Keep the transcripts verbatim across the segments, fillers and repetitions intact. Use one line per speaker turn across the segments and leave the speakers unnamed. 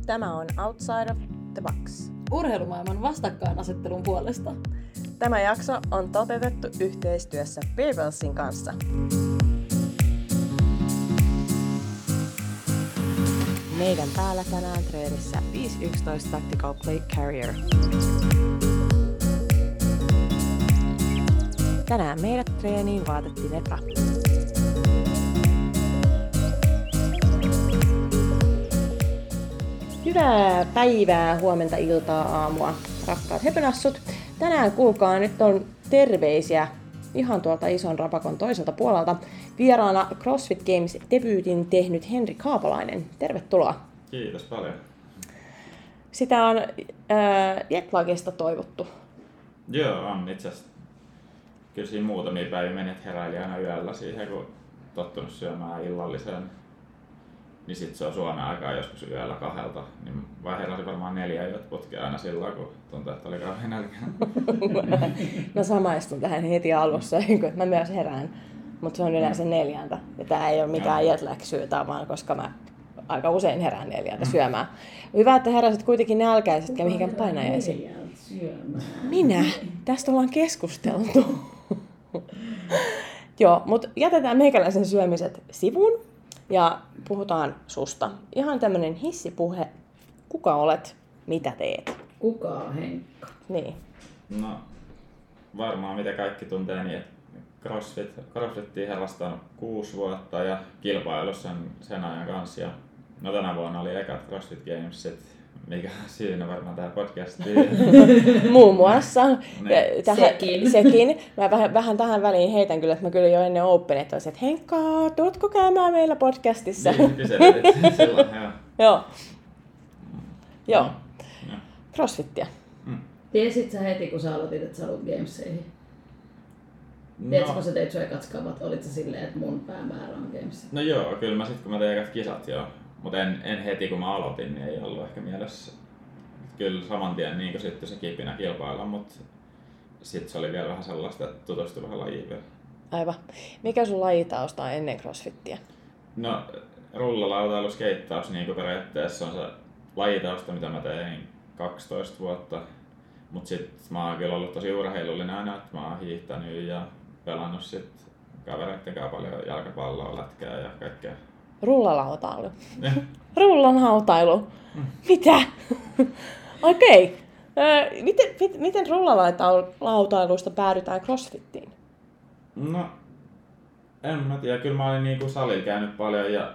Tämä on Outside of the Box.
Urheilumaailman vastakkainasettelun puolesta.
Tämä jakso on toteutettu yhteistyössä Beerbellsin kanssa. Meidän päällä tänään treenissä viisi yksitoista Tactical Plate Carrier. Tänään meidät treeniin vaatettiin Netra. Hyvää päivää, huomenta, iltaa, aamua, rakkaat höpönassut. Tänään kuulkaa, nyt on terveisiä ihan tuolta ison rapakon toiselta puolelta. Vieraana CrossFit Games debyytin tehnyt Henri Kaapalainen. Tervetuloa.
Kiitos paljon.
Sitä on äh, Jetlagista toivottu.
Joo, on itse asiassa. Kyllä siinä muutamia päiviä meni, että heräili aina yöllä siihen, kun tottunut syömään illalliseen. Niin sit se on Suomen aikaa joskus yöllä kahdelta. Niin vai heräsi varmaan neljä yöt putkea aina silloin, kun tuntui, että oli kauhean nälkä.
Mä samaistun tähän heti alussa, kun mä myös herään. Mutta se on yleensä neljältä. Ja tää ei ole mikään jetlag-syy, vaan koska mä aika usein herään neljältä syömään. Hyvä, että heräsit kuitenkin nälkäiset, etkä mihinkään painajaisiin. Minä? Tästä ollaan keskusteltu. Joo, mutta jätetään meikäläisen syömiset sivuun ja puhutaan susta. Ihan tämmönen hissipuhe. Kuka olet? Mitä teet?
Kuka on Henkka?
Niin.
No, varmaan mitä kaikki tuntee, niin CrossFit, CrossFittiin harrastanut kuusi vuotta ja kilpailussa sen ajan kanssa. Ja no tänä vuonna oli ekat CrossFit Gamesit, mikä siinä varmaan tää podcastiin.
Muun muassa.
Ne.
Tähän,
Sekin.
sekin. Mä vähän, vähän tähän väliin heitän kyllä, että mä kyllä jo ennen Openit olisin, että Henkka, tuutko käymään meillä podcastissa?
Niin, kyselit silloin, joo.
Joo. Joo.
No, no.
CrossFittiä.
Mm.
Tiesit sä heti, kun sä aloitit, että sä haluat Gameseihin? Tiedätkö,
No,
kun sä teit sun ekat skavat, olit sä silleen, että mun päämäärä on Games?
no joo, kyllä mä sit kun mä tein ekat kisat joo. Mutta en, en heti kun mä aloitin, niin ei ollut ehkä mielessä. Kyllä saman tien niin sitten se kipinä kilpailla, mutta sitten se oli vielä vähän sellaista, että tutustui vähän lajiin vielä.
Aivan. Mikä sun lajitausta on ennen CrossFittiä?
No, rullalautailu, skeittaus niin kuin periaatteessa on se lajitausta, mitä mä tein kaksitoista vuotta. Mutta sitten mä oon kyllä ollut tosi urheilullinen aina, että mä oon hiihtänyt ja pelannut sit kavereitten kanssa paljon jalkapalloa, lätkää ja kaikkea.
Rullalautailu. Rullan hautailu. Mitä? Okei. Okay. Miten, miten, miten rullalautailusta päädytään CrossFittiin?
No, en mä tiedä. Kyllä mä olin niinku salilla käynyt paljon ja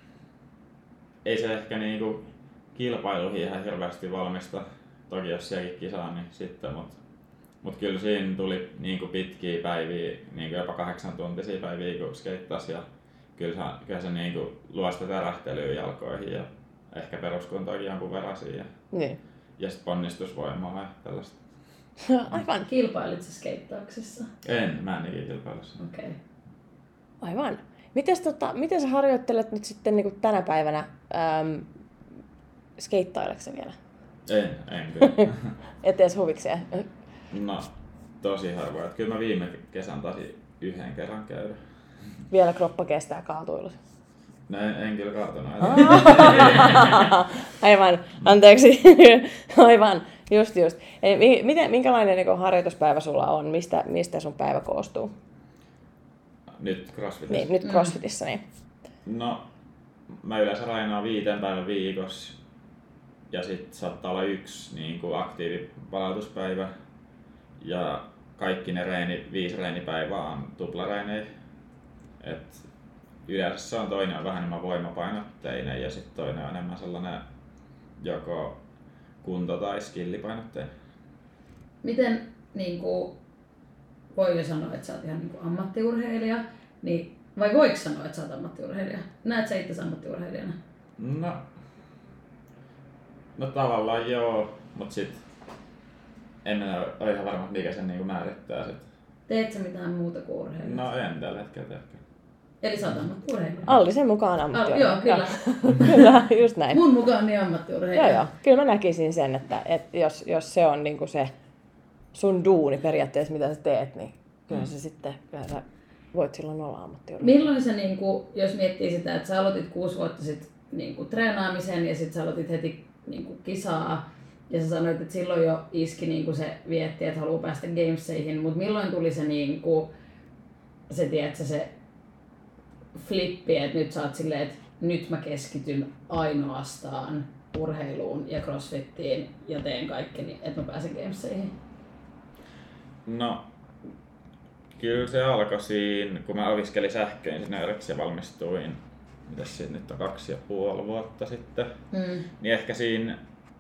ei se ehkä niinku kilpailuihin ihan hirveästi valmista. Toki jos sielläkin kisaa, niin sitten, mutta mut kyllä siinä tuli niinku pitkiä päiviä, niinku jopa kahdeksan tuntisia päiviä kun skeittasi ja kyllä se, kyllä se niinku luo sitä tärähtelyä jalkoihin ja ehkä peruskuntoakin jonkun verran siihen.
Niin.
Ja sitten ponnistusvoimaa ja tällaista.
Aivan.
Kilpailit sä skeittauksessa?
En, mä en ikinä kilpailussa.
Okei. Okay.
Aivan. Mites, tota, miten sä harjoittelet nyt sitten niin kuin tänä päivänä? Ähm, skeittaileksä sä vielä?
En, en kyllä.
Et edes huvikseen?
No, tosi harvoin. Kyllä mä viime kesän taisin yhden kerran käydä.
Vielä kroppa kestää kaatuilus.
No en, en kyllä kaatunut.
Aivan, anteeksi. Aivan, just just. Eli, miten, minkälainen niin harjoituspäivä sulla on? Mistä, mistä sun päivä koostuu?
Nyt CrossFitissa?
Niin, nyt CrossFitissa, niin.
No, mä yleensä rainaan viiten päivän viikossa. Ja sit saattaa olla yksi niin kuin aktiivipalautuspäivä. Ja kaikki ne reeni, viisi reenipäivää on tuplareinejä. Et yleensä se on toinen on vähän enemmän voimapainotteinen ja sitten toinen on enemmän sellainen joko kunto- tai skillipainotteinen.
Miten, niin kuin, voi jo sanoa, että sä oot ihan niin kuin ammattiurheilija, niin, vai voiko sanoa, että sä oot ammattiurheilija? Näet sä itse ammattiurheilijana?
No, no tavallaan joo, mutta sit en ole ihan varma, mikä sen niinku määrittää sit.
Teet sä mitään muuta kuin urheilija?
No en tällä hetkellä ehkä.
Eli sä oot ammattiurheilija?
Allisen mukaan ammattiurheilija.
Joo, kyllä.
Kyllä, just näin.
Mun mukaan niin ammattiurheilija.
Joo, joo. Kyllä mä näkisin sen, että, että jos, jos se on niinku se sun duuni periaatteessa, mitä sä teet, niin kyllä mm. se sitten, kyllä sä voit silloin olla ammattiurheilija.
Milloin se, niin kuin, jos miettii sitä, että sä aloitit kuusi vuotta sitten niin kuin treenaamisen ja sitten sä aloitit heti niinku kisaa. Ja sä sanoit, että silloin jo iski niinku se vietti, että haluaa päästä gameseihin, mutta milloin tuli se, niinku, se, tiedätkö, se flippi, että nyt sä oot silleen, että nyt mä keskityn ainoastaan urheiluun ja crossfittiin ja teen kaikkeni, että mä pääsen gameseihin?
No, kyllä se alkoi siinä, kun mä opiskelin sähköinsinööriksi ja valmistuin, mitäs siitä nyt on kaksi ja puoli vuotta sitten, mm. niin ehkä siinä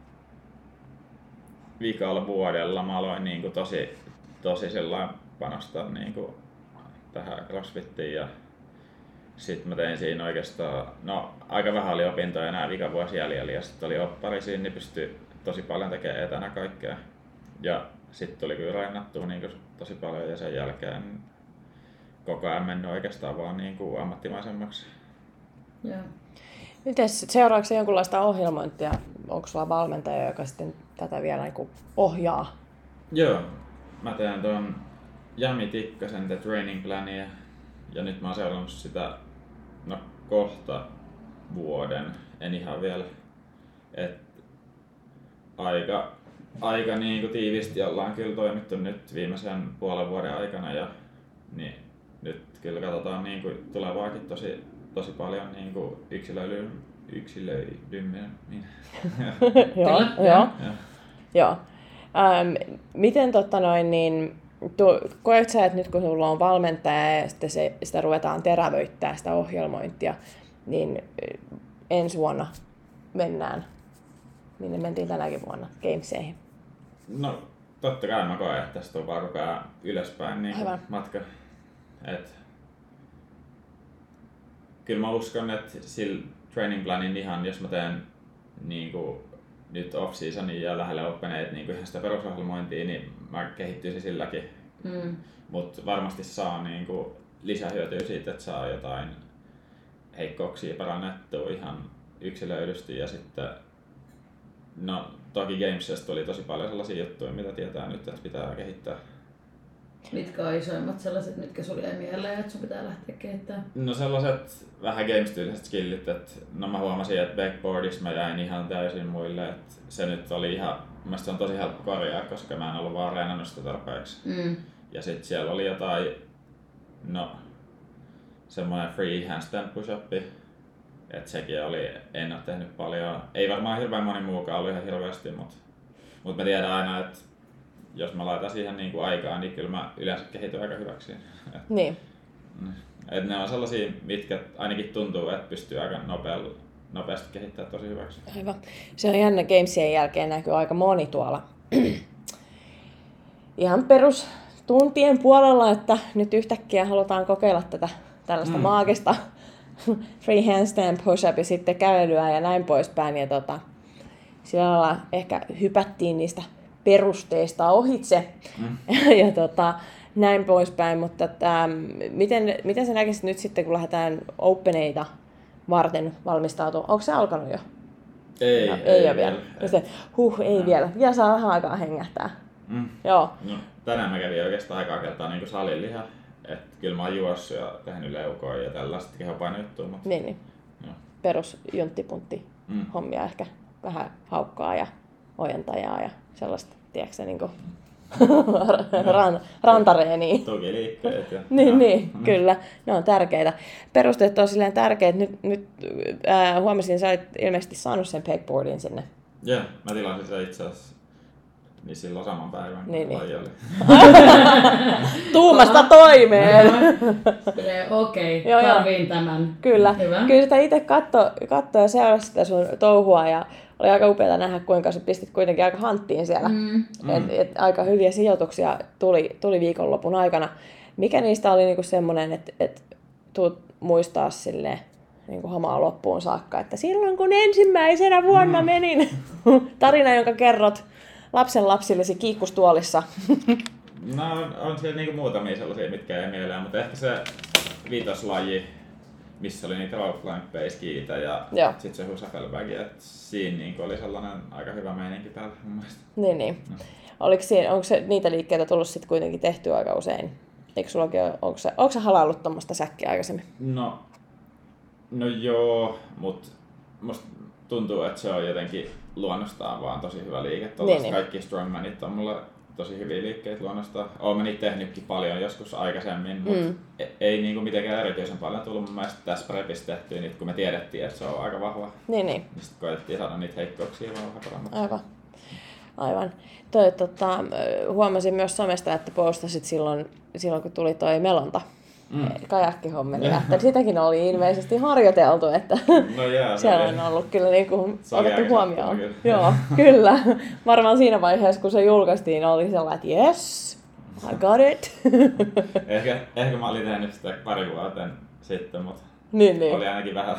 viikalla vuodella mä aloin niin kuin tosi, tosi sellainen panostaa niin kuin tähän crossfittiin ja sitten mä tein siinä oikeastaan, no aika vähän oli opintoja enää vikavuosi jäljellä ja sitten oli oppari siinä, niin pystyi tosi paljon tekemään etänä kaikkea. Ja sitten tuli kyllä rennattua niin kuin tosi paljon ja sen jälkeen koko ajan mennyt oikeastaan vaan niin kuin ammattimaisemmaksi.
Joo.
Mites, seuraavaksi se jonkunlaista ohjelmointia? Onko sulla valmentaja, joka sitten tätä vielä niin kuin ohjaa?
Joo, mä teen tuon Jami Tikkasen The Training Plania ja nyt mä oon seurannut sitä no, kohta vuoden, en ihan vielä. Et aika aika niin kuin tiivisti ollaan kyllä toimittu nyt viimeisen puolen vuoden aikana ja niin nyt kyllä katsotaan niin kuin tulevaakin tosi tosi paljon niin kuin yksilöidyn yksilöidymmin.
Joo, joo. Joo. Ähm, miten totta noin niin tu, koet sä, että nyt kun sulla on valmentaja ja sitten se, sitä ruvetaan terävöittää sitä ohjelmointia, niin ensi vuonna mennään, minne mentiin tänäkin vuonna, gameseihin?
No totta kai mä koen, että tästä on vaan koko ajan ylöspäin niin matka. Et, kyllä mä uskon, että sillä training planin ihan, jos mä teen niin kuin nyt off-seasonin ja lähelle oppeneet niin ihan sitä perusohjelmointia, niin mä kehittyisin silläkin. Mm. Mutta varmasti saa niin kuin lisähyötyä siitä, että saa jotain heikkouksia parannettua ihan yksilöidysti ja sitten no toki Gamesesta tuli tosi paljon sellaisia juttuja, mitä tietää nyt, että pitää kehittää.
Mitkä on isoimmat sellaiset, mitkä sulle jäi mieleen, että sun pitää lähteä kehittämään?
No sellaiset vähän games-tyyliset skillit, että no mä huomasin, että backboardissa mä jäin ihan täysin muille, että se nyt oli ihan, mielestäni se on tosi helppo korjaa, koska mä en ollut vaan reenannut sitä tarpeeksi. Mm. Ja sit siellä oli jotain, no semmoinen free handstand push-up, että sekin oli, en ole tehnyt paljon, ei varmaan hirveän moni muukaan ollut ihan hirveästi, mutta mut mä tiedän aina, että jos mä laitan siihen niinku aikaa, niin kyllä mä yleensä kehityn aika hyväksi. Et,
niin.
Et ne on sellaisia, mitkä ainakin tuntuu, että pystyy aika nopeasti, nopeasti kehittämään tosi hyväksi.
Aivan. Se on jännä, Gamesien jälkeen näkyy aika moni tuolla ihan perus tuntien puolella, että nyt yhtäkkiä halutaan kokeilla tätä tällaista mm. maagista free handstand push-up ja sitten kävelyä ja näin poispäin. Ja tota, sillä lailla ehkä hypättiin niistä perusteista ohitse mm. ja tota, näin poispäin, mutta että, miten, miten sä näkisit nyt sitten, kun lähdetään Openeita varten valmistautua? Onko se alkanut jo?
Ei,
no,
ei,
ei
ei
ole vielä. vielä. Huh, ei no. vielä. Vielä saa vähän aikaa hengähtää. Mm. Joo.
No, tänään mä kävin oikeastaan aikaa kertaa niin salilla ihan. Että kyllä mä oon juossut ja tehnyt leukoja ja tällaista kehopainojuttua. Mutta...
Niin, niin. No. Perus junttipuntti mm. hommia ehkä vähän haukkaa ja ojentajaa ja sellaista, tiedätkö niin kuin Ran, rantareeniä.
Toki liikkeet. Ja...
niin, no. niin mm. kyllä. Ne on tärkeitä. Perusteet on silleen tärkeitä. Nyt, nyt äh, huomasin, että sä olet ilmeisesti saanut sen pegboardin sinne.
Joo, mä tilasin sen itse asiassa. Niin silloin saman päivän,
niin,
kun
niin.
oli.
Tuumasta toimeen!
Okei, okay, tarviin tämän.
Kyllä. Hyvä. Kyllä sitä itse katso, katso ja seurasi sitä sun touhua ja oli aika upeaa nähdä, kuinka sä pistit kuitenkin aika hanttiin siellä. Mm. Et, et aika hyviä sijoituksia tuli, tuli viikonlopun aikana. Mikä niistä oli niinku semmoinen, että et tuut muistaa silleen, niinku hamaa loppuun saakka, että silloin kun ensimmäisenä vuonna mm. menin, tarina, jonka kerrot lapsen lapsillesi kiikkustuolissa.
No on, on siellä niinku muutamia sellaisia, mitkä ei mieleen, mutta ehkä se viitoslaji, missä oli niitä rope-climbpeja, skiitä ja sitten se Husafellbag, että siinä niinku oli sellainen aika hyvä meininki päällä mun mielestä.
Niin, niin. No. Oliko siinä, onko se niitä liikkeitä tullut sitten kuitenkin tehtyä aika usein? Eikö sullakin, onko se, onko se halaillut tuommoista säkkiä aikaisemmin?
No, no joo, mutta musta tuntuu, että se on jotenkin luonnostaan vaan tosi hyvä liike.
Niin, niin.
Kaikki strongmanit on mulla tosi hyviä liikkeitä luonnostaan. Oon mä niitä tehnytkin paljon joskus aikaisemmin, mutta mm. ei niinku mitenkään erityisen paljon tullut mun mielestä tässä prepissä tehtyä niitä, kun me tiedettiin, että se on aika vahva.
Niin, niin.
Sitten koetettiin saada niitä heikkouksia vaan vähän paremmaksi.
Aivan. Aivan. Toi, tota, huomasin myös somesta, että postasit silloin, silloin kun tuli toi melonta. Mm. Kajakkihommeli lähtenyt. Sitäkin oli ilmeisesti harjoiteltu, että
no jää,
siellä on ollut kyllä niin kuin otettu huomioon.
Kyllä.
Joo, kyllä. Varmaan siinä vaiheessa, kun se julkaistiin, oli sellainen, että yes, I got it.
ehkä, ehkä mä olin tehnyt sitä pari vuotta sitten, mutta
niin, niin.
oli ainakin vähän.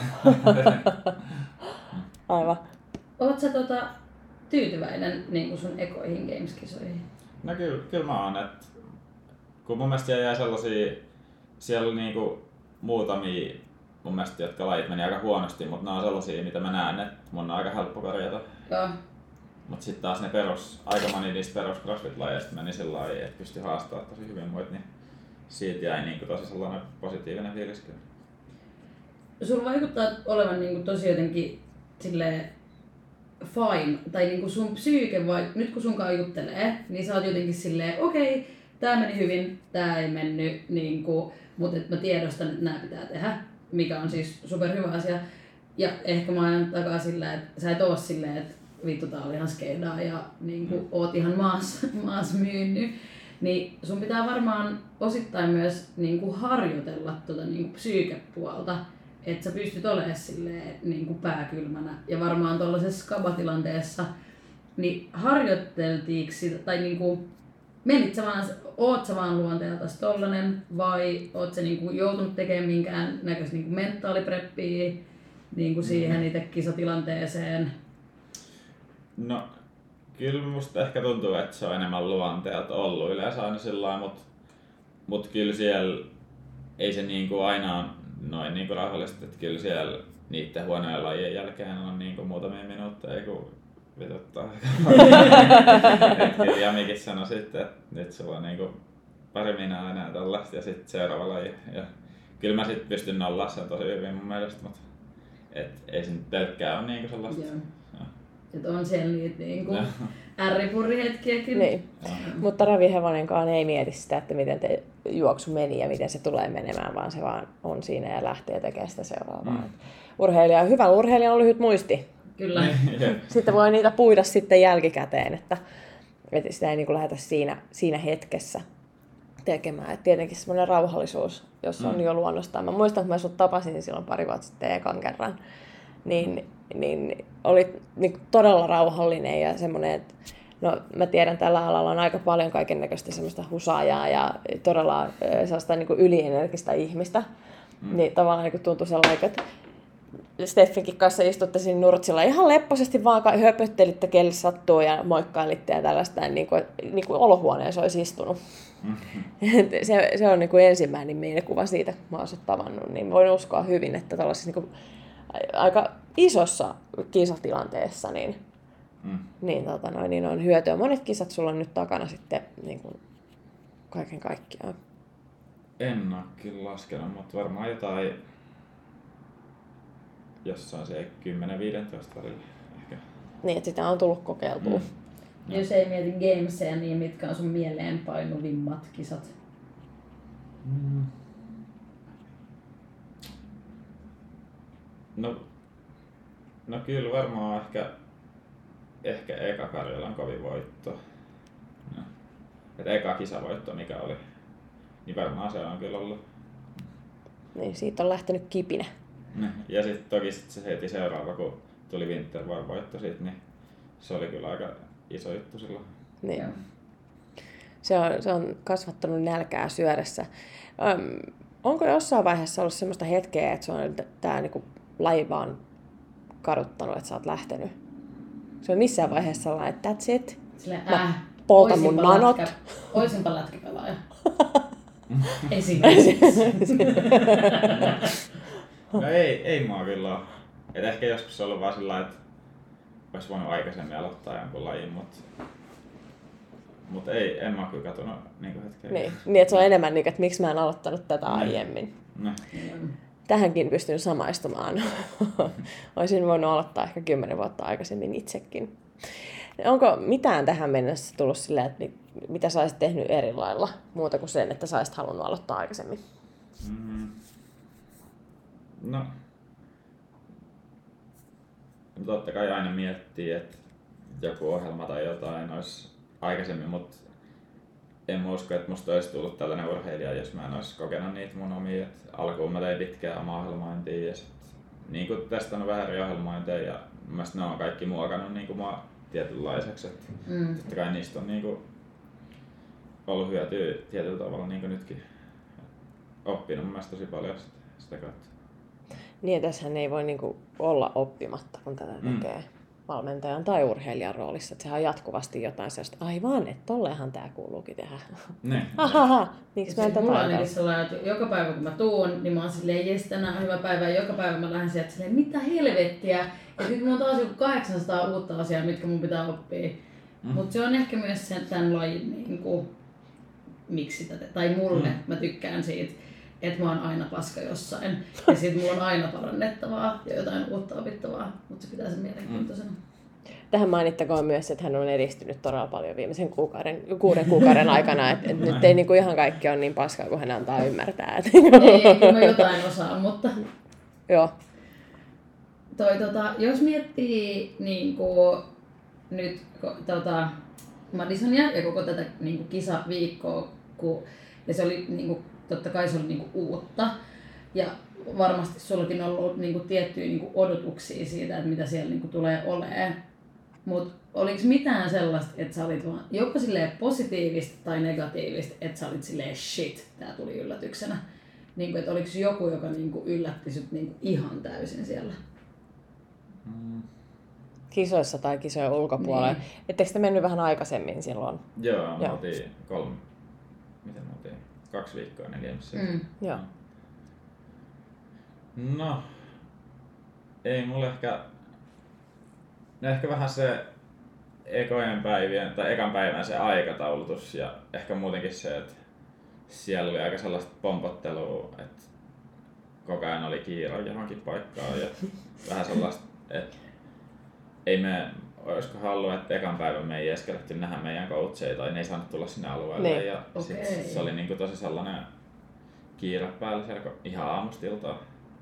Aivan.
Oot sä tota, tyytyväinen niin kuin sun ekoihin Games-kisoihin?
No kyllä, kyllä mä oon, että kun mun mielestä siellä jäi sellaisia, siellä oli niinku muutamia mun mielestä, jotka lajit meni aika huonosti, mutta ne on sellaisia, mitä mä näen, että mun on aika helppo korjata.
Joo.
Mut sit taas ne perus, aika moni niistä perus CrossFit-lajeista meni sillä lailla, että pystyi haastamaan tosi hyvin muita, niin siitä jäi niinku tosi sellainen positiivinen fiilis kyllä.
Sulla vaikuttaa olevan niinku tosi jotenkin silleen fine, tai niinku sun psyyke, vai nyt kun sunkaan juttelee, niin sä oot jotenkin silleen, okei, okay, tää meni hyvin, tää ei mennyt, niinku, mutta mä tiedostan, että nää pitää tehdä, mikä on siis superhyvä asia. Ja ehkä mä ajan takaa silleen, että sä et oo silleen, että vittu tää oli ihan skedaa ja niinku, oot ihan maas, maas myynnyt. Niin sun pitää varmaan osittain myös niinku, harjoitella tuota niinku, psyykepuolta, että sä pystyt olemaan silleen niinku, pääkylmänä. Ja varmaan tuollaisessa skabatilanteessa, niin harjoiteltiinko sitä, tai niinku, menit sä vaan, oot sä vaan luonteeltasi tollanen vai oot sä niinku joutunut tekemään minkään näköistä niinku mentaalipreppiä niinku siihen itse kisatilanteeseen?
No kyllä musta ehkä tuntuu, että se on enemmän luonteelta ollut yleensä aina sillä mutta mut kyllä siellä ei se niinku aina on noin niinku rauhallisesti, että kyllä siellä niiden huonojen lajien jälkeen on niinku muutamia minuutteja, kun vituttaa. Kyllä Jamikin sanoi sitten, että nyt sulla on niinku pari minää enää tällaista ja sitten seuraava laji. Ja kyllä mä sitten pystyn nollaa sen tosi hyvin mun mielestä, mutta et ei se nyt pelkkää ole niinku sellaista.
Joo. Että on siellä niitä niinku ärripurrihetkiäkin.
Niin. Mutta Ravi Hevonenkaan ei mieti sitä, että miten te juoksu meni ja miten se tulee menemään, vaan se vaan on siinä ja lähtee tekemään sitä seuraavaa. Mm. Urheilija, hyvä urheilija on lyhyt muisti.
Kyllä.
Sitten voi niitä puida sitten jälkikäteen, että, että sitä ei niin kuin lähdetä siinä, siinä hetkessä tekemään. Et tietenkin semmoinen rauhallisuus, jos on mm. jo luonnostaan. Mä muistan, että mä sut tapasin silloin pari vuotta sitten ekan kerran, niin, niin olit niin todella rauhallinen ja semmoinen, että no, mä tiedän, tällä alalla on aika paljon kaikennäköistä semmoista husaajaa ja todella sellaista niin kuin ylienergistä ihmistä. Mm. Niin tavallaan niin kuin tuntui sellainen, että Steffinkin kanssa istutte siinä nurtsilla ihan lepposesti vaan höpöttelitte, kelle sattuu ja moikkailitte ja tällaista, niin kuin, niin kuin olohuoneessa olisi istunut. Mm-hmm. se, se on niin kuin ensimmäinen mielikuva siitä, kun mä oon sut tavannut, niin voin uskoa hyvin, että tällaisessa niin kuin aika isossa kisatilanteessa niin, mm. niin, tota noin, niin on hyötyä. Monet kisat sulla on nyt takana sitten niin kuin kaiken kaikkiaan.
En ole kyllä laskenut, mutta varmaan jotain jossain se kymmenen viisitoista välillä ehkä.
Niin, että sitä on tullut kokeiltua.
Mm. Jos ei mieti gameseja, niin mitkä on sun mieleenpainuvimmat kisat?
Mm. No, no kyllä varmaan ehkä, ehkä eka Karjalan kovin voitto. No. Et eka kisavoitto mikä oli, niin varmaan se on kyllä ollut.
Niin, siitä on lähtenyt kipinä.
Ja sitten toki sit se heti seuraava, kun tuli Winter War voitto siitä, niin se oli kyllä aika iso juttu silloin.
Niin. Se on, se on kasvattanut nälkää syödessä. Öm, onko jossain vaiheessa ollut semmoista hetkeä, että se on tää niinku laji vaan kaduttanut, että sä oot lähtenyt? Se on missään vaiheessa sellainen, että that's it.
Silleen,
mä
äh,
poltan mun manot.
Lätkä, oisinpa lätkäpelaaja. Esimerkiksi.
No ei, ei mua kyllä ole. Et ehkä joskus se on ollut vaan sillä että olisi voinut aikaisemmin aloittaa jonkun lajin, mutta mut ei, en mä kyllä katsonut niin hetkeä.
Niin, niin, että se on enemmän niin, että miksi mä en aloittanut tätä aiemmin.
No.
tähänkin pystynyt samaistumaan. Olisin voinut aloittaa ehkä kymmenen vuotta aikaisemmin itsekin. Onko mitään tähän mennessä tullut silleen, että mitä sä olisit tehnyt eri lailla, muuta kuin sen, että sä olisit halunnut aloittaa aikaisemmin?
Mm. No, totta kai aina miettii, että joku ohjelma tai jotain olisi aikaisemmin, mutta en mä usko, että musta olisi tullut tällainen urheilija, jos mä en olisi kokenut niitä mun omia. Et alkuun mä tein pitkään omaa ohjelmointia ja sit niin kuin testannut vähän eri ohjelmointeja ja mun mielestä ne on kaikki muokannut niin kuin mua tietynlaiseksi. Et
Mm.
totta kai niistä on niin kuin ollut hyötyä tietyllä tavalla niin kuin nytkin. Oppinut mun mielestä tosi paljon sitä, sitä kautta.
Niin, tässähän ei voi niinku olla oppimatta, kun tätä tekee mm. valmentajan tai urheilijan roolissa. Että sehän on jatkuvasti jotain sellaista, aivan, että tollehan tää kuuluukin tehdä.
Ne,
Ahaha, miksi mä en
Siis
tätä
mulla on
ajatella?
ainakin sellainen, että joka päivä kun mä tuun, niin mä oon silleen, jes tänään on hyvä päivä, ja joka päivä mä lähden sieltä silleen, mitä helvettiä. Ja sit mulla on taas joku kahdeksansataa uutta asiaa, mitkä mun pitää oppia. Mm. Mut se on ehkä myös sen, tämän lajin, niin kuin, miksi sitä te- tai mulle, mm. mä tykkään siitä, että mä oon aina paska jossain. Ja sit mulla on aina parannettavaa ja jotain uutta opittavaa, mutta se pitää sen mielenkiintoisena. Mm.
Tähän mainittakoon myös, että hän on edistynyt todella paljon viimeisen kuukauden, kuuden kuukauden aikana. Että et nyt ei niinku ihan kaikki ole niin paskaa kuin hän antaa ymmärtää. Et.
Ei, kyllä mä jotain osaan, mutta
Joo.
toi, tota, jos miettii niin kuin, nyt ko, tota, Madisonia ja koko tätä niin kuin kisaviikkoa, kun, ja se oli niin kuin, totta kai se oli niin kuin uutta ja varmasti sullakin on ollut niin kuin, tiettyjä niin kuin, odotuksia siitä, että mitä siellä niin kuin, tulee olemaan. Mutta oliko mitään sellaista, että sä olit vaan joko silleen positiivista tai negatiivista, että sä olit silleen shit, tää tuli yllätyksenä? Niin kuin, että oliko joku, joka niin kuin, yllätti sut niin kuin, ihan täysin siellä?
Mm.
Kisoissa tai kisojen ulkopuolella.
Niin.
Etteikö te mennyt vähän aikaisemmin silloin?
Joo, me
Joo.
oltiin kolme, miten me oltiin, kaksi viikkoa ennen Gamesia.
Mm.
Joo.
No, ei mulle ehkä, no ehkä vähän se ekojen päivien, tai ekan päivän se aikataulutus ja ehkä muutenkin se, että siellä oli aika sellaista pompottelua, että koko ajan oli kiire johonkin paikkaan ja vähän sellaista, että ei me, olisiko halua, että ekan päivän me ei edes kerätty nähdä meidän coacheja tai ne ei saanut tulla sinne alueelle
Niin.
ja sit
Okei.
se oli niinku tosi sellainen kiire päällä siellä ihan aamustiltaan.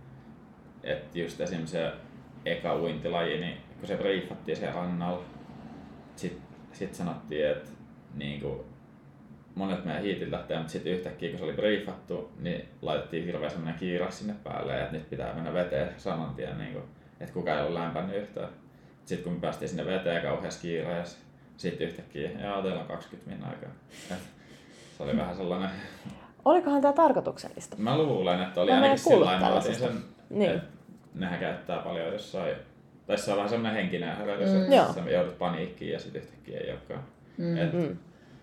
Että just esim. Se eka uintilaji, niin kun se briefattiin siellä rannalla, sit, sit sanottiin, että niinku, monet meidän hiitit lähtee, mutta sitten yhtäkkiä kun se oli briefattu, niin laitettiin hirveän semmoinen kiire sinne päälle, että nyt pitää mennä veteen saman tien, niinku, että kukaan ei ollut lämpännyt yhtään. Sitten kun me päästiin sinne veteen kauheassa kiireessä, sitten yhtäkkiä, jaa teillä on kaksikymmentä min aikaa. Et se oli vähän sellainen...
Olikohan tämä tarkoituksellista?
Mä luulen, että oli
Mä en
ainakin
kuullut
sillä lailla,
tällaisesta.
sen,
Niin.
että nehän käyttää paljon jossain, tai se on vähän semmoinen henkinen herätys,
Mm.
että
Joo.
sä joudut paniikkiin ja sitten yhtäkkiä ei olekaan.
Mm.
Et,
Mm.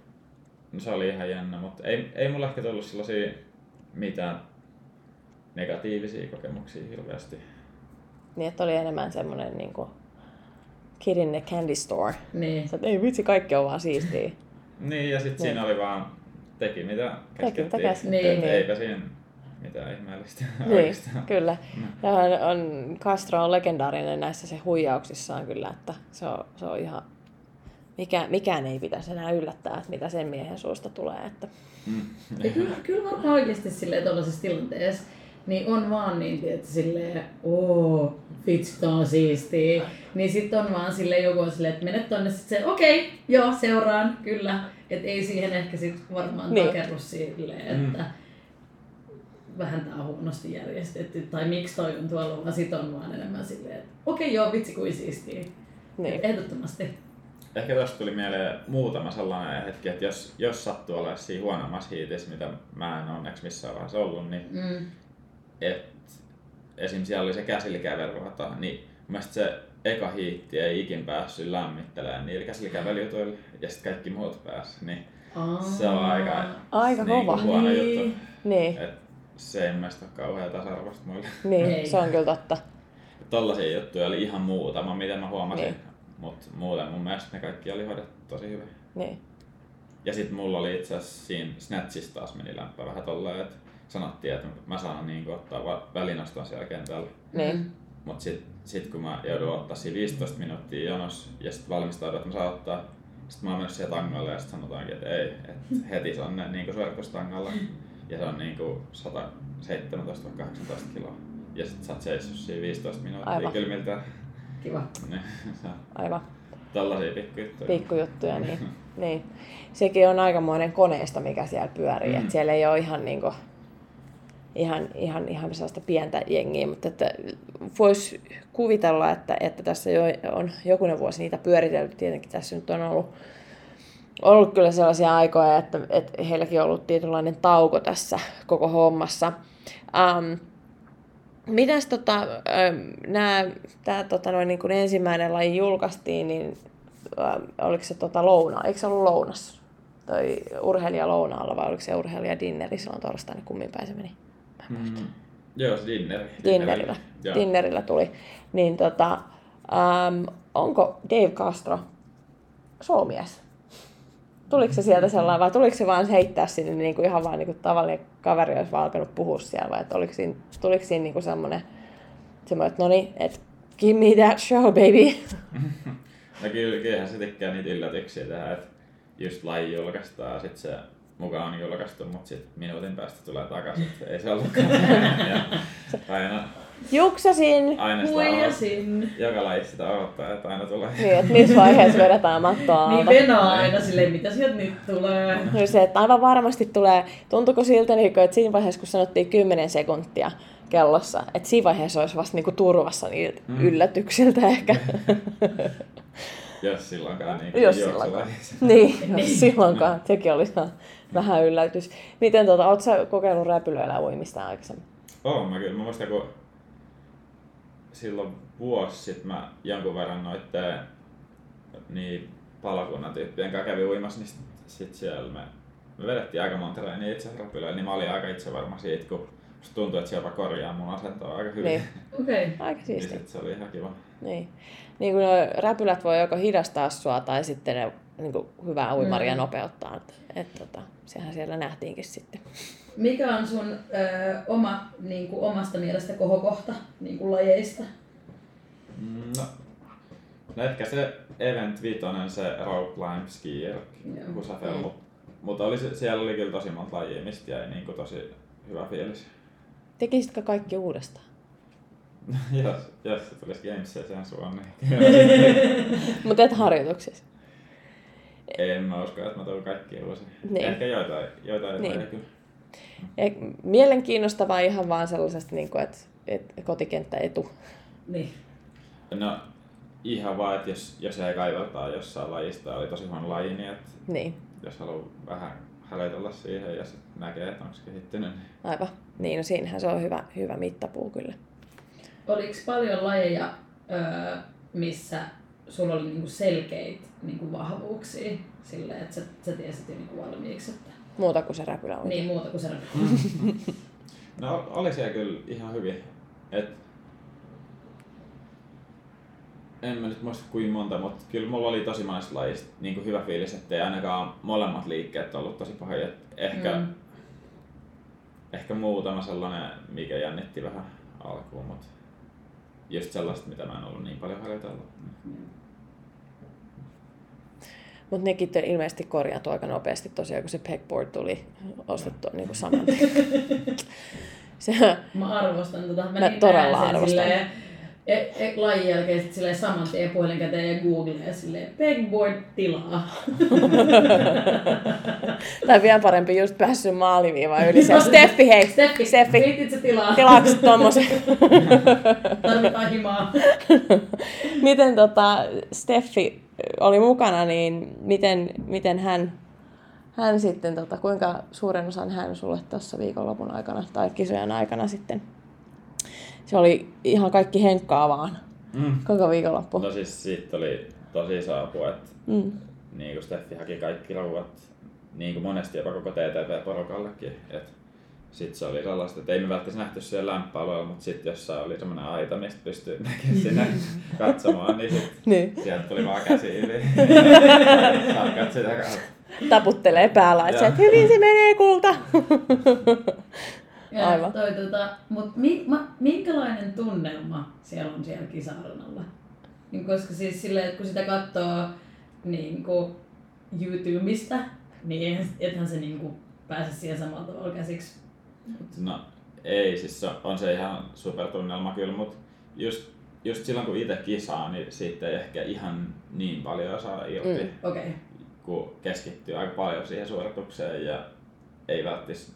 no se oli ihan jännä, mutta ei, ei mulla ehkä tullut sellaisia mitään negatiivisia kokemuksia hirveästi.
Niin, että oli enemmän semmoinen niinku kid in the candy store.
Niin.
Sä, ei vitsi, kaikki on vaan siistiä.
Niin ja sitten
Niin.
siinä oli vaan, teki mitä
Teki mitä
käskettiin.
käskettiin.
Niin.
Et Eipä siinä mitään ihmeellistä
Niin,
oikeastaan.
kyllä.
Mm.
Ja hän on, Castro on legendaarinen näissä se huijauksissaan kyllä, että se on, se on ihan, mikä, mikään ei pitäisi enää yllättää, että mitä sen miehen suusta tulee. Että.
Mm.
Ja kyllä, kyllä varmaan oikeasti silleen tuollaisessa tilanteessa, niin on vaan niin, tietysti silleen, ooo, vitsi, tää on siistiä. Niin sit on vaan silleen, joku on silleen, että menet tonne, sit se, okei, okay, joo, seuraan, kyllä. Et ei siihen ehkä sit varmaan
Niin.
takerru silleen, että
Mm.
vähän tää on huonosti järjestetty, tai miksi toi on tuolla, vaan sit on vaan enemmän silleen, että okei, okay, joo, vitsi, kuin siistiä.
Niin.
Et ehdottomasti.
Ehkä tästä tuli mieleen muutama sellainen hetki, että jos, jos sattuu olemaan siinä huonommassa hiitissä, mitä mä en onneksi missään vaiheessa ollut, niin
Mm.
et, esim. Siellä oli se käsilikävelyrata, niin mun mielestä se eka hiitti ei ikin päässyt lämmittelemään niillä käsilikävelyjutuilla ja sitten kaikki muut pääsi, niin
Aa.
se on aika,
Aika
niin,
kova.
huono
Niin.
juttu.
Niin,
Et se ei mun mielestä ole kauhean tasa-arvoista muille.
niin
Ei.
se on kyllä totta.
Tollaisia juttuja oli ihan muutama, miten mä huomasin,
Niin.
mutta muuten mun mielestä ne kaikki oli hoidettu tosi hyvin.
Niin.
Ja sit mulla oli itse asiassa siinä Snatchissa taas meni lämpö vähän tolleen, että sanottiin, että mä saan niin kuin, ottaa välinoston siellä kentällä.
Niin.
Mut sit, sit kun mä joudun ottaa siinä viisitoista minuuttia jonossa ja sit valmistaudun, että mä saan ottaa, sit mä oon mennyt siihen tangolle ja sit sanotaankin, että ei, että heti se on ne niin suoritustangalla. Ja se on niinku sata seitsemäntoista kahdeksantoista kiloa. Ja sit sä oot seissyt siinä viisitoista minuuttia
Aivan.
kylmiltä.
Kiva.
Niin, se on
Aivan.
tällaisia pikkujuttuja.
Pikkujuttuja, niin. niin. Sekin on aikamoinen koneisto, mikä siellä pyörii. Mm. Et siellä ei ole ihan, niinku, ihan, ihan, ihan sellaista pientä jengiä, mutta että voisi kuvitella, että, että tässä jo on jokunen vuosi niitä pyöritelty. Tietenkin tässä nyt on ollut, ollut kyllä sellaisia aikoja, että, että heilläkin on ollut tietynlainen tauko tässä koko hommassa. Um, Mitäs tota, tämä tota, noin, niin kun ensimmäinen laji julkaistiin, niin ä, oliko se tota, lounaa? Eikö se ollut lounas? Toi urheilija lounaalla vai oliko se urheilija dinneri silloin torstaina? Kummin päin se meni?
Mm. Joo, se dinneri.
Dinnerillä.
Joo.
Dinnerillä tuli. Niin, tota, äm, onko Dave Castro showmies? Tuliko se sieltä sellainen vai tuliko se vaan heittää sinne niin kuin ihan vaan niin kuin tavallinen kaveri olisi vaan alkanut puhua siellä vai että oliko siinä, tuliko siinä niin kuin semmoinen, semmoinen, että no niin, että give me that show baby.
No kyllä, kyllähän se tykkää niitä yllätyksiä tehdä, että just laji julkaistaan ja sit se mukaan on julkaistu, mutta sit minuutin päästä tulee takaisin, että ei se ollutkaan. Ja aina,
Juksasin!
aina sitä
Huijasin.
odottaa, joka laji sitä odottaa, että aina tulee.
Niin, että missä vaiheessa vedetään mattoa alta.
Niin venaa aina silleen, mitä sieltä nyt tulee.
No se, että aivan varmasti tulee, tuntuuko siltä, että siinä vaiheessa, kun sanottiin kymmenen sekuntia kellossa, että siinä vaiheessa olisi vasta niinku turvassa niiltä mm. yllätyksiltä ehkä.
Jos silloinkaan niin
jos silloinkaan. Niin, jos silloinkaan. Sekin olisi vähän yllätys. Miten tuota, ootko sä kokeillut räpylöillä uimista aikaisemmin?
Oo, mä kyllä. Mä muistan, kun silloin vuosi sitten mä jonkun verran noitte niin palokunnan tyyppien kanssa kävin uimassa, niin sit, sit siellä me, me vedettiin aika monta reeniä itse asiassa räpylöillä, niin mä olin aika itse varma siitä, kun musta tuntui, että se jopa korjaa mun asentoa aika hyvin.
Niin.
Okei. Okay.
Aika siistiä.
Niin sit se oli ihan kiva.
Niin. Niin kuin räpylät voi joko hidastaa sua tai sitten ne niin kuin hyvää uimaria mm. nopeuttaa. Et, et, tota, sehän siellä nähtiinkin sitten.
Mikä on sun ö, oma, niin kuin omasta mielestä kohokohta niin kuin lajeista?
No, no ehkä se Event Vitoinen, se Rope Climb Skier, Husafel, mm. mutta oli, siellä oli kyllä tosi monta lajia, mistä jäi niin kuin tosi hyvä fiilis.
Tekisitkö kaikki uudestaan?
jos, jos se tulisi Gameseen sen suon, niin
mutta et harjoituksissa?
En mä usko, että mä tuon kaikkia uusia. Niin. Ehkä joitain, joitain niin. kyllä.
Ja mielenkiinnostavaa ihan vaan sellaisesta, että et kotikenttä etu.
Niin.
No ihan vaan, että jos, jos ei kaiveltaa jossain lajista, oli tosi huono laji, niin, että
niin.
jos haluaa vähän häletellä siihen ja sitten näkee, että onko se kehittynyt. Niin...
Aivan. Niin, no siinähän se on hyvä, hyvä mittapuu kyllä.
Oliko paljon lajeja, öö, missä sulla oli niinku selkeitä niinku vahvuuksia silleen, että sä, sä tiesit jo niinku valmiiksi? Että...
Muuta kuin se räpylä on.
Niin, muuta kuin se räpylä.
No oli siellä kyllä ihan hyvin. Et... En mä nyt muista kuinka monta, mutta kyllä mulla oli tosi monesta lajista niin hyvä fiilis, ettei ainakaan molemmat liikkeet ollut tosi pahoja. Ehkä, mm. ehkä muutama sellainen, mikä jännitti vähän alkuun, mutta just sellaista, mitä mä en ollut niin paljon harjoitellut. Mm.
Mutta nekin ilmeisesti korjaantui aika nopeasti tosiaan, kun se pegboard tuli ostettua niin kuin saman. se,
mä arvostan tota. Mä,
mä
niin
todella arvostan.
Silleen, e, e, lajin jälkeen sit silleen saman tien puhelin käteen ja googleen silleen pegboard tilaa.
tai vielä parempi just päässyt maaliviivaan yli se. Steffi hei!
Steffi,
Steffi.
Viitit se tilaa.
Tilaaks tommosen?
Tarvitaan himaa.
Miten tota, Steffi oli mukana, niin miten, miten hän, hän sitten, tota, kuinka suuren osan hän sulle tuossa viikonlopun aikana tai kisojen aikana sitten? Se oli ihan kaikki henkkaa vaan, mm. koko viikonloppu.
No siis siitä oli tosi iso apu, että
mm.
niin kuin Steffi haki kaikki rauhat, niin kuin monesti jopa koko T T P-porukallekin. Sitten se oli sellaista, että ei me välttämättä nähty siellä lämpöalueella, mutta sitten jossain oli semmoinen aita, mistä pystyi näkemään sinne katsomaan, niin, sit niin. Sieltä tuli vaan käsi yli. Tarkat sitä kautta.
Taputtelee päällä, että hyvin se menee kulta.
Ja
Aivan.
toi, tota, mut mi, ma, minkälainen tunnelma siellä on siellä kisarannalla? Niin, koska siis silleen, että kun sitä katsoo niin kuin YouTubesta, niin ethän se niin kuin pääse siihen samalla tavalla käsiksi.
No ei, siis se on se ihan supertunnelma kyllä, mutta just, just silloin kun itse kisaa, niin siitä ei ehkä ihan niin paljon saa irti,
Mm,
Okei. Okay.
kun keskittyy aika paljon siihen suoritukseen ja ei välttis...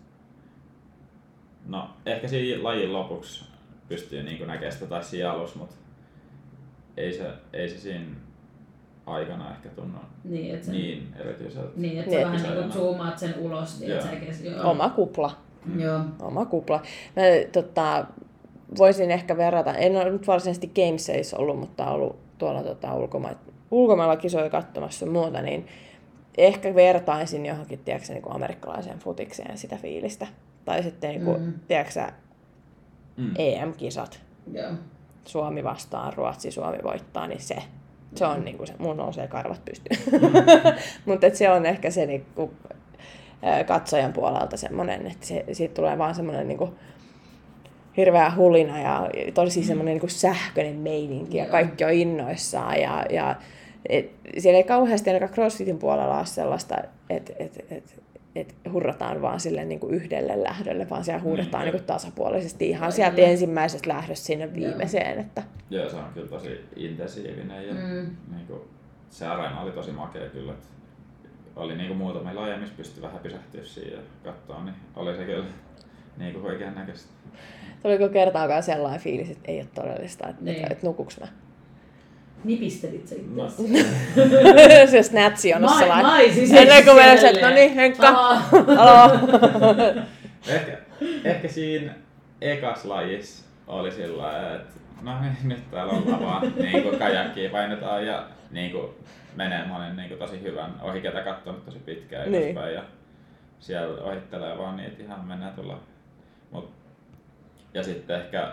No ehkä siinä lajin lopuksi pystyy niin näkemään sitä tai siinä alussa, mutta ei se, ei se siinä aikana ehkä tunnu
Niin, että
niin erityiseltä.
niin, et
Niin,
sä vähän
että-
niinku zoomaat sen ulos, niin et
Joo.
sä kes... Joo.
Oma kupla.
Mm.
Joo.
Oma kupla. Mä tota, voisin ehkä verrata, en ole nyt varsinaisesti Gamesissa ollut, mutta ollut tuolla tota, ulkomailla, ulkomailla kisoja katsomassa ja muuta, niin ehkä vertaisin johonkin tiedätkö, niin kuin amerikkalaiseen futikseen sitä fiilistä. Tai sitten niin kuin,
Mm.
tiedätkö,
Mm.
E M-kisat.
Joo.
Suomi vastaan, Ruotsi, Suomi voittaa, niin se, se on niin kuin se, mun nousee karvat pystyyn. Mutta se on ehkä se niin kuin, katsojan puolelta semmoinen, että se, siitä tulee vaan semmoinen niin kuin, hirveä hulina ja tosi semmoinen niin kuin sähköinen meininki ja
Joo.
kaikki on innoissaan. Ja, ja, et, siellä ei kauheasti ainakaan CrossFitin puolella ole sellaista, että et, et, et hurrataan vaan sille niin kuin yhdelle lähdölle, vaan siellä huudetaan
Mm,
niin kuin tasapuolisesti ihan
Kyllä.
sieltä ensimmäisestä lähdöstä sinne viimeiseen. Että.
Joo, se on kyllä tosi intensiivinen ja
Mm.
niinku, se areena oli tosi makea kyllä. Et oli niinku muutamia lajeja, missä pystyi vähän pysähtyä siihen ja katsoa, niin oli se kyllä niinku oikean näköistä.
Tuliko kertaakaan sellainen fiilis, että ei ole todellista, että,
Niin.
että, että nukuks mä?
Nipistelit sä
No,
itseäsi?
Se snatchi on
Mai-
sellainen.
maisin siis
Ennen kuin mennä, että
silleen.
no niin, Henkka,
Aa.
alo.
ehkä, ehkä siinä ekas lajissa oli sillä lailla, että no niin, nyt täällä ollaan vaan niinku kajakkiin painetaan ja niinku menee monen niinku tosi hyvän ohi, ketä katsonut tosi pitkään
Niin.
ylöspäin ja siellä ohittelee vaan niitä ihan mennään tulla. Mut, ja sitten ehkä,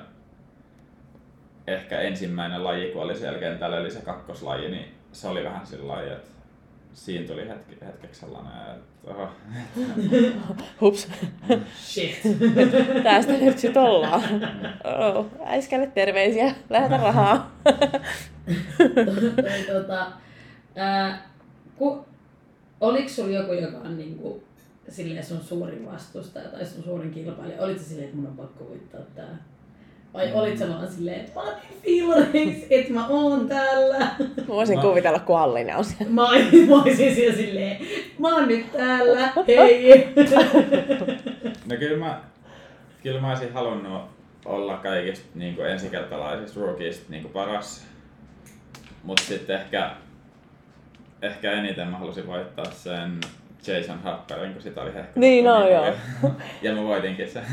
ehkä ensimmäinen laji, kun oli siellä kentällä, eli se kakkoslaji, niin se oli vähän sillä lailla, että siinä tuli hetki, hetkeksi sellainen, että oho.
Hups,
Shit.
tästä nyt sit ollaan. Oh, äiskälle terveisiä, lähetä rahaa.
Toi, tota, ää, ku, oliko sulla joku, joka on niinku, silleen sun suurin vastustaja tai sun suurin kilpailija? Olitko sä silleen, että mun on pakko voittaa tää? Vai
Mm.
olit sä vaan silleen, että mä oon niin fiilareiksi, että mä oon täällä?
Mä voisin
No.
kuvitella, kun Allinen on siellä.
Mä, oon- mä olisin siellä silleen, mä oon nyt täällä, hei!
No kyllä mä, kyllä mä olisin halunnut olla kaikista niin kuin ensikertalaisista rookiista niin kuin paras. Mut sitten ehkä, ehkä eniten mä halusin voittaa sen Jason Happerin, kun sitä oli hehkutettu
Niin, no,
paljon.
joo.
Ja mä voitinkin sen.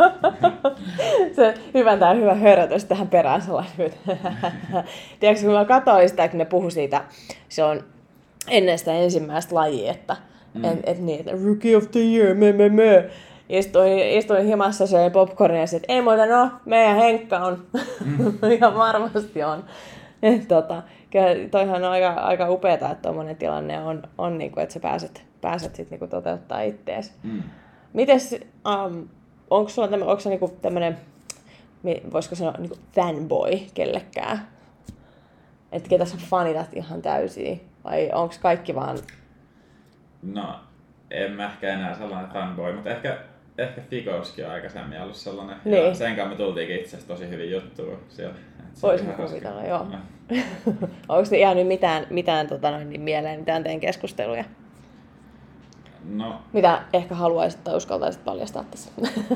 Se hyvä tää hyvä hörötys tähän perään sellainen. Tiedätkö, kun mä katsoin sitä, kun ne puhui siitä, se on ennen sitä ensimmäistä lajia, että
Mm.
et, et niin, että Rookie of the Year, me me me. Istuin, istuin himassa, söin popcornia ja sit, ei muuta, no, meidän Henkka on.
Mm.
Ihan varmasti on. Et, tota, kyllä toihan on aika, aika upeeta, että tommonen tilanne on, on niinku, että sä pääset, pääset sit niinku toteuttaa ittees.
Mm.
Mites, um, onko sulla tämmö, onko sä niinku tämmönen, mi- voisiko sanoa niinku fanboy kellekään? Että ketä sä fanitat ihan täysin? Vai onko kaikki vaan...
No, en mä ehkä enää sellainen fanboy, mutta ehkä, ehkä Fikowski on aikaisemmin ollut sellainen.
Niin.
Ja sen kanssa me tultiinkin itse asiassa tosi hyvin juttua siellä. Et se
Voisin
oli ihan
kuvitella,
hauska.
joo.
No.
Onko te jäänyt mitään, mitään tota noin, niin mieleen, mitään teidän keskusteluja?
No,
Mitä ehkä haluaisit tai uskaltaisit paljastaa tässä?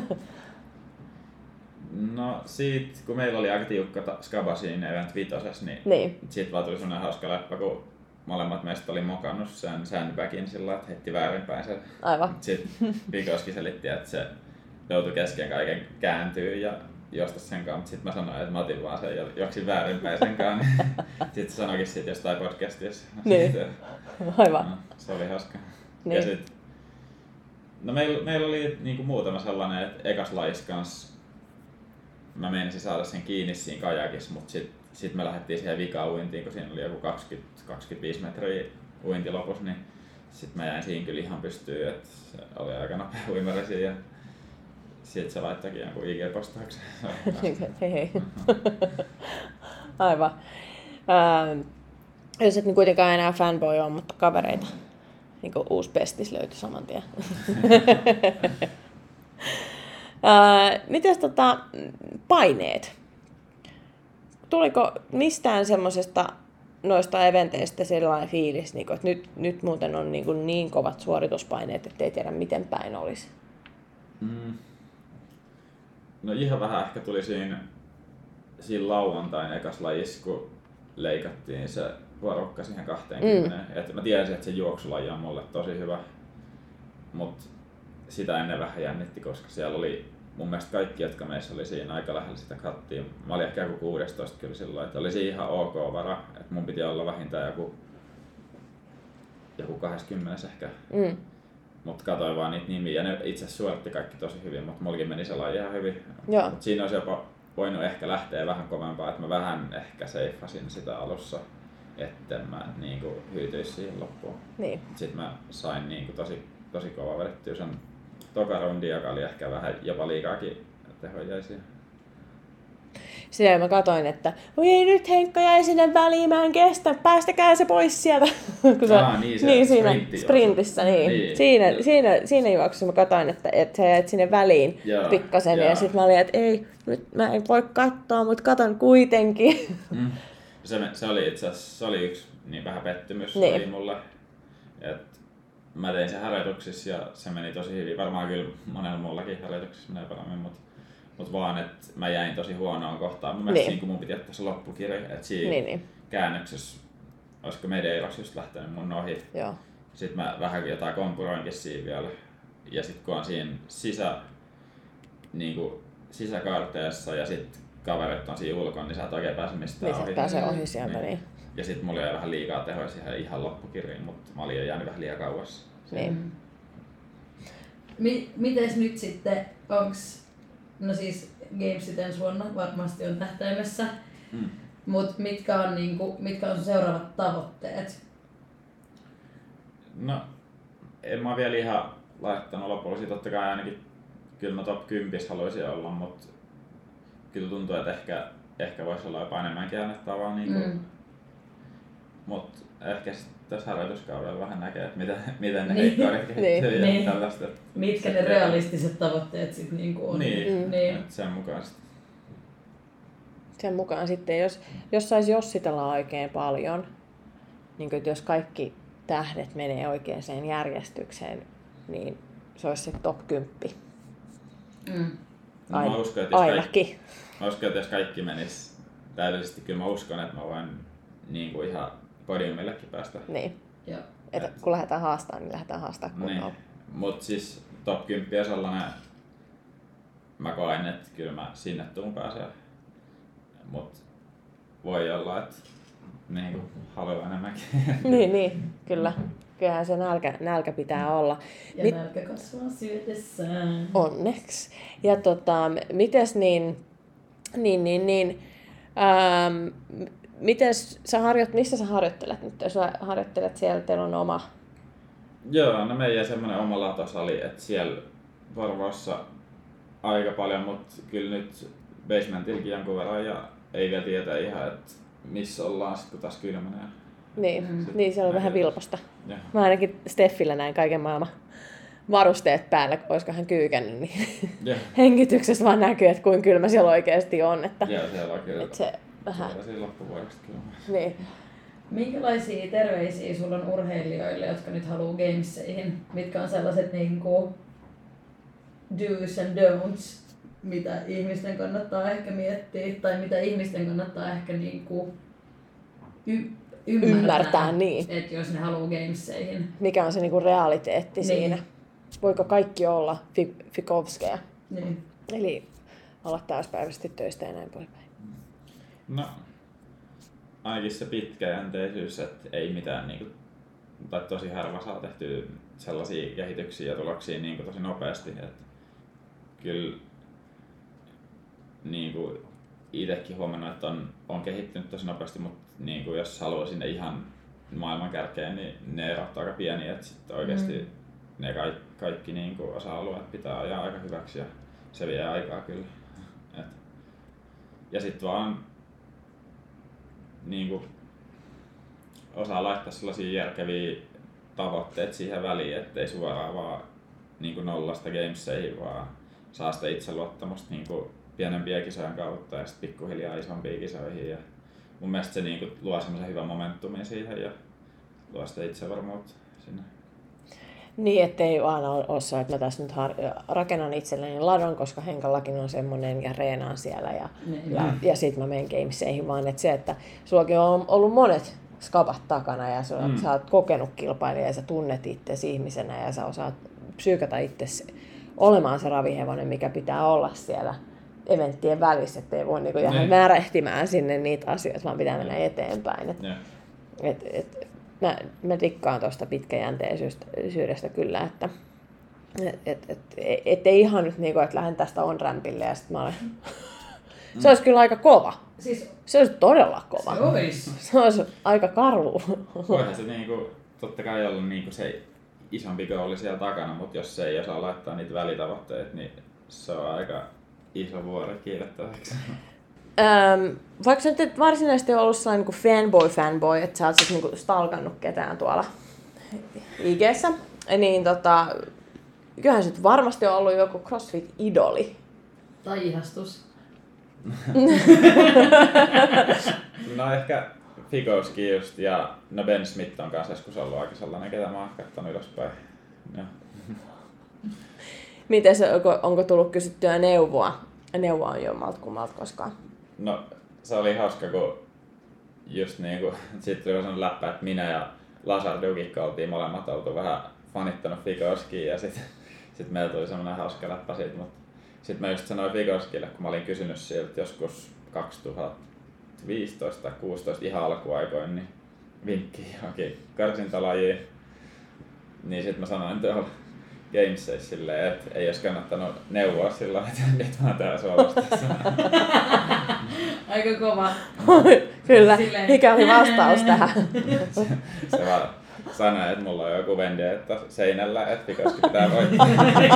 no siitä, kun meillä oli aika tiukka ta- skaba siinä Event vitosessa, niin,
Niin.
siitä vaan tuli sellainen hauska läppä, kun molemmat meistä oli mokannut sen sandbagin sillä lailla, että heitti väärinpäin sen.
Aivan.
Sitten Vikoski selitti, että se joutui kesken kaiken kääntyy ja juosta sen kanssa, mutta sitten mä sanoin, että mä otin vaan sen ja juoksin väärinpäin sen kanssa. Niin sitten se sanoikin siitä jostain podcastissa.
Niin.
Sitten,
Aivan.
no, se oli hauska.
Niin.
Ja sit, no meillä, meillä oli niinku muutama sellainen, että ekas lajis kanssa mä menisin saada sen kiinni siinä kajakissa, mutta sitten sit me lähdettiin siihen vikauintiin, kun siinä oli joku kaksikymmentä kaksikymmentäviisi metriä uinti lopussa, niin sitten mä jäin siinä kyllä ihan pystyyn, että se oli aika nopea uimari siinä. Sitten se laittaakin jonkun I G-postauksen.
Hei hei. Aivan. Ähm, jos et niin kuitenkaan enää fanboy ole, mutta kavereita. Niin kuin uusi pestis löytyi saman tien. äh, mites tota, paineet? Tuliko mistään semmosesta noista eventeistä sellainen fiilis, että nyt, nyt muuten on niin, niin kovat suorituspaineet, ettei tiedä miten päin olisi?
Mm. No ihan vähän ehkä tuli siinä, siinä lauantain ekas lajissa, kun leikattiin se porukka siihen kaksikymmentä. Mm. Et mä tiesin, että se juoksulaji on mulle tosi hyvä, mutta sitä ennen vähän jännitti, koska siellä oli mun mielestä kaikki, jotka meissä oli siinä aika lähellä sitä kattia. Mä olin ehkä joku kuusitoista kyllä silloin, että olisi ihan ok vara, että mun piti olla vähintään joku, joku kaksikymmentä ehkä. Mm. Mutta katsoin vaan niitä nimiä ja ne itse suoritti kaikki tosi hyvin, mutta mullakin meni se laji ihan hyvin. Mut siinä olisi jopa voinut ehkä lähteä vähän kovempaa, että mä vähän ehkä seifasin sitä alussa, etten mä niinku hyytyisi siihen loppuun.
Niin.
Sitten mä sain niinku tosi, tosi kova vedettyä sen toka rundi, joka oli ehkä vähän jopa liikaakin tehoja jäi siihen.
Siellä mä katsoin, että oi ei nyt Henkka jäi sinne väliin, mä en kestä, päästäkää se pois sieltä. Kun se,
Aa, niin, se
niin siinä
sprintti
sprintissä, niin.
niin.
Siinä, siinä, siinä juoksussa mä katsoin, että, että sä jäit sinne väliin
Joo,
pikkasen
joo.
ja sit mä olin, että ei, nyt mä en voi katsoa, mutta katon kuitenkin.
Mm. Se, se oli itse asiassa se oli yksi niin vähän pettymys
niin.
oli mulle. Et mä tein sen harjoituksissa ja se meni tosi hyvin. Varmaan kyllä monella muullakin harjoituksissa menee paremmin, mutta mut vaan, että mä jäin tosi huonoon kohtaan. Mun mielestä
niin.
siinä, kun mun piti jättää se loppukirja, että siinä
niin, niin.
käännöksessä, olisiko Medeiros just lähtenyt mun ohi.
Joo.
Sitten mä vähän jotain kompuroinkin siinä vielä. Ja sitten kun on siinä sisä, niinku, sisäkaarteessa ja sitten kaverit on siinä ulkona, niin sä et oikein pääse mistään
niin,
ohi.
Niin pääsee ohi sieltä, niin. niin.
Ja sitten mulla jäi vähän liikaa tehoja siihen ihan loppukirjiin, mutta mä olin jo jäänyt vähän liian kauas.
Niin.
Mi- mites nyt sitten, onks, no siis Gamesit ensi vuonna varmasti on tähtäimessä, mm. mut mitkä on, niinku, mitkä on sun seuraavat tavoitteet?
No, en mä vielä ihan laittanut lopullisia, totta kai ainakin kyllä mä top kymmenen haluaisin olla, mutta kyllä tuntuu, että ehkä, ehkä voisi olla jopa enemmänkin annettavaa. Niin mm. Mutta ehkä tässä harjoituskaudella vähän näkee, että miten, miten ne heikkoudet kehittyy ja
niin.
tällaista.
Mitkä ne realistiset tavoitteet sitten niinku on.
Niin,
mm. niin.
sen mukaan sitten.
Sen mukaan sitten, jos, jos saisi jossitella oikein paljon, niin kuin, jos kaikki tähdet menee oikeaan järjestykseen, niin se olisi se top kymmenen.
Mm.
Ain,
mä uskon, että
ainakin.
Kaikki, mä uskon, että jos kaikki menisi täydellisesti, kyllä mä uskon, että mä voin niin kuin ihan podiumillekin päästä.
Niin.
Joo.
Että kun lähdetään haastamaan, niin lähdetään haastamaan kunnolla.
Niin. Mut siis top kymmenen on sellainen, mä koen, että kyllä mä sinne tuun pääsee. Mut voi olla, että niin haluaa enemmänkin.
niin, niin, kyllä. Kyllähän se nälkä, nälkä pitää olla.
Ja Mit... nälkä kasvaa syödessään.
Onneksi. Ja tota, mites niin, niin, niin, niin ähm, mites sä harjoit, missä sä harjoittelet nyt? Jos sä harjoittelet siellä, teillä on oma...
Joo, no meidän semmoinen oma latosali, että siellä Porvoossa aika paljon, mutta kyllä nyt basementilläkin jonkun verran ja ei vielä tiedä ihan, että missä ollaan sitten kun taas kylmänee.
Niin, mm. niin siellä on vähän vilposta.
Ja.
Mä ainakin Steffillä näin kaiken maailman varusteet päällä, olisiko hän kyykännyt, niin yeah. hengityksessä vaan näkyy, että kuinka kylmä siellä oikeasti on. Että,
Joo, siellä on kyllä.
Että se vähän...
Siellä loppuvuodesta kylmä.
Niin.
Minkälaisia terveisiä sulla on urheilijoille, jotka nyt haluaa gameseihin? Mitkä on sellaiset niinku do's and don'ts, mitä ihmisten kannattaa ehkä miettiä, tai mitä ihmisten kannattaa ehkä niinku y- ymmärtää,
ymmärtää niin.
että jos ne haluaa gameseihin.
Mikä on se niinku realiteetti
niin.
siinä? Voiko kaikki olla fi- fikovskeja?
Niin.
Eli olla täyspäiväisesti töistä ja näin poispäin.
No, ainakin se pitkäjänteisyys, että ei mitään, niin kuin, tai tosi harva saa tehtyä sellaisia kehityksiä ja tuloksia niin kuin, tosi nopeasti. Että kyllä niin kuin, itsekin huomannut, että on, on kehittynyt tosi nopeasti, mutta niin kuin, jos haluaa sinne ihan maailman kärkeen, niin ne erot aika pieniä. Että sitten oikeasti mm. ne kaikki, kaikki niin kuin, osa-alueet pitää ajaa aika hyväksi. Ja se vie aikaa kyllä. Et, ja sit vaan niinku osaa laittaa sellaisia järkeviä tavoitteet siihen väliin, ettei suoraan vaan niinku nollasta gameseihin, vaan saa sitä itseluottamusta niinku pienempiä kisojen kautta ja sitten pikkuhiljaa isompiin kisoihin. Ja mun mielestä se niinku luo semmoisen hyvän momentumin siihen ja luo sitä itsevarmuutta sinne.
Niin, ettei vaan ole se, että mä tässä nyt har- rakennan itselleni ladon, koska Henkallakin on semmoinen ja reenaan siellä ja,
Niin.
ja, ja sit mä menen gameseihin, vaan että se, että sullakin on ollut monet skapat takana ja sä, mm. sä oot kokenut kilpailija ja sä tunnet itsesi ihmisenä ja sä osaat psyykata itsesi olemaan se ravihevonen, mikä pitää olla siellä eventtien välissä, ettei voi niinku jäädä märehtimään sinne niitä asioita, vaan pitää mennä eteenpäin. Et, et, et, mä, mä tikkaan tuosta pitkäjänteisyydestä kyllä, että et, et, et, et ei ihan nyt niinku, että lähden tästä on-rampille ja sit mä olen... Se olisi kyllä aika kova.
Siis,
se olisi todella kova.
Se olisi.
Se olisi aika karu.
Voihan se niinku, totta kai olla niinku se isompi goali siellä takana, mutta jos se ei osaa laittaa niitä välitavoitteita, niin se on aika iso vuori kiitettäväksi.
Öm, vaikka sä nyt et varsinaisesti ollut sellainen niin fanboy fanboy, että sä oot sit niinku stalkannut ketään tuolla I G:ssä, niin tota, kyllähän sit varmasti on ollut joku CrossFit-idoli.
Tai ihastus.
No ehkä Figowski just ja no Ben Smith on kanssa joskus ollut aika sellainen, ketä mä oon kattonut ylöspäin. Ja.
Miten se, onko, onko tullut kysyttyä neuvoa? Neuvoa on jommalta kummalta koskaan.
No se oli hauska, kun just niinku, sit tuli sellainen läppä, että minä ja Lazar Dugikko oltiin molemmat oltu vähän fanittanut Figowskia ja sit, sit meillä tuli semmoinen hauska läppä siitä, mutta sit mä just sanoin Figowskille, kun mä olin kysynyt siltä joskus kaksituhattaviisitoista tai kuusitoista ihan alkuaikoin, niin vinkki johonkin karsintalajiin. Niin sit mä sanoin tuolla Gamesissa silleen, että ei olisi kannattanut neuvoa sillä että nyt mä oon täällä suolastassa.
Aika kova.
Kyllä,
Silleen.
mikä oli vastaus tähän?
se, se vaan sanoi, että mulla on joku vendetta seinällä, että Figowski pitää voittaa.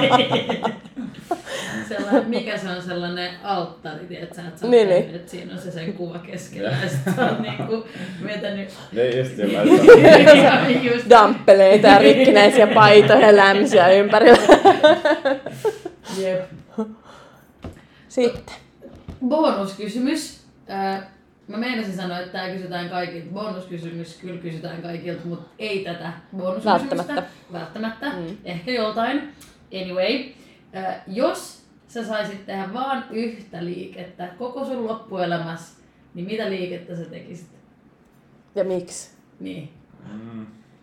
Sellainen, mikä se on sellainen alttari, tiedätkö, että, sä
niin,
niin. että siinä on se sen kuva keskellä ja sitten sä oot niinku vetänyt...
Niin just jollain
just...
Damppeleita ja rikkinäisiä paitoja ja lämsiä ympärillä.
Jep.
Sitten.
Bonuskysymys. Mä meinasin sanoa, että tää kysytään kaikilta. Bonuskysymys kyllä kysytään kaikilta, mutta ei tätä bonuskysymystä.
Välttämättä.
Välttämättä. Mm. Ehkä joltain. Anyway. Äh, jos sä saisit tehdä vaan yhtä liikettä koko sun loppuelämässä, niin mitä liikettä sä tekisit?
Ja miksi?
Niin.
Mm.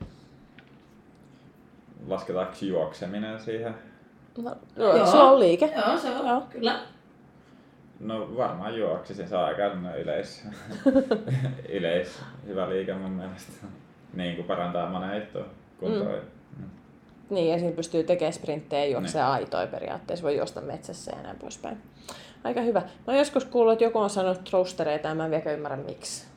Lasketaanko juokseminen siihen?
No, joo, se on liike.
Joo, se on. Joo. Kyllä.
No varmaan juoksisin, se on aika yleis, yleis hyvä liike mun mielestä. Niin kuin parantaa moneittua kuntoa. Mm. Mm.
Niin, ja siinä pystyy tekemään sprinttejä, juoksee niin. aitoja periaatteessa, voi juosta metsässä ja näin poispäin. Aika hyvä. Mä oon joskus kuullut, että joku on sanonut thrustereita ja mä en vieläkään ymmärrä miksi.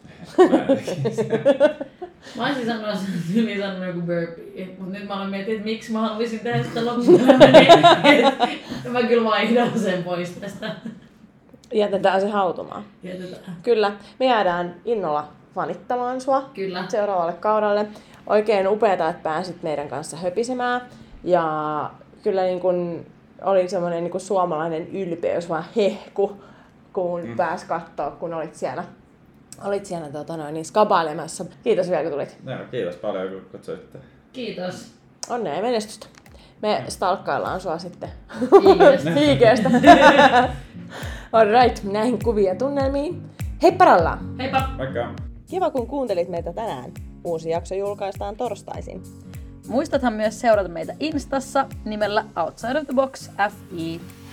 Mä olisin sanonut, että sanonut joku burpee, mutta nyt mä olen miettinyt, että miksi mä haluaisin tehdä sitä loppuelämäni. Mä kyllä vaihdan sen pois tästä.
Jätetään se hautumaan.
Jätetään.
Kyllä. Me jäädään innolla fanittamaan sua
Kyllä.
seuraavalle kaudelle. Oikein upeata, että pääsit meidän kanssa höpisemään. Ja kyllä niin kun oli semmoinen niin kun suomalainen ylpeys, vaan hehku, kun mm. pääsi katsoa, kun olit siellä, olit siellä tota noin, niin skabailemassa. Kiitos vielä, kun tulit.
No, kiitos paljon, kun kutsuitte.
Kiitos.
Onnea ja menestystä. Me stalkkaillaan sua sitten
I
G:stä. Alright, näihin kuvia tunnelmiin. Heipparalla!
Heippa!
Moikka!
Kiva, kun kuuntelit meitä tänään. Uusi jakso julkaistaan torstaisin.
Muistathan myös seurata meitä Instassa nimellä Outside of the Box F I.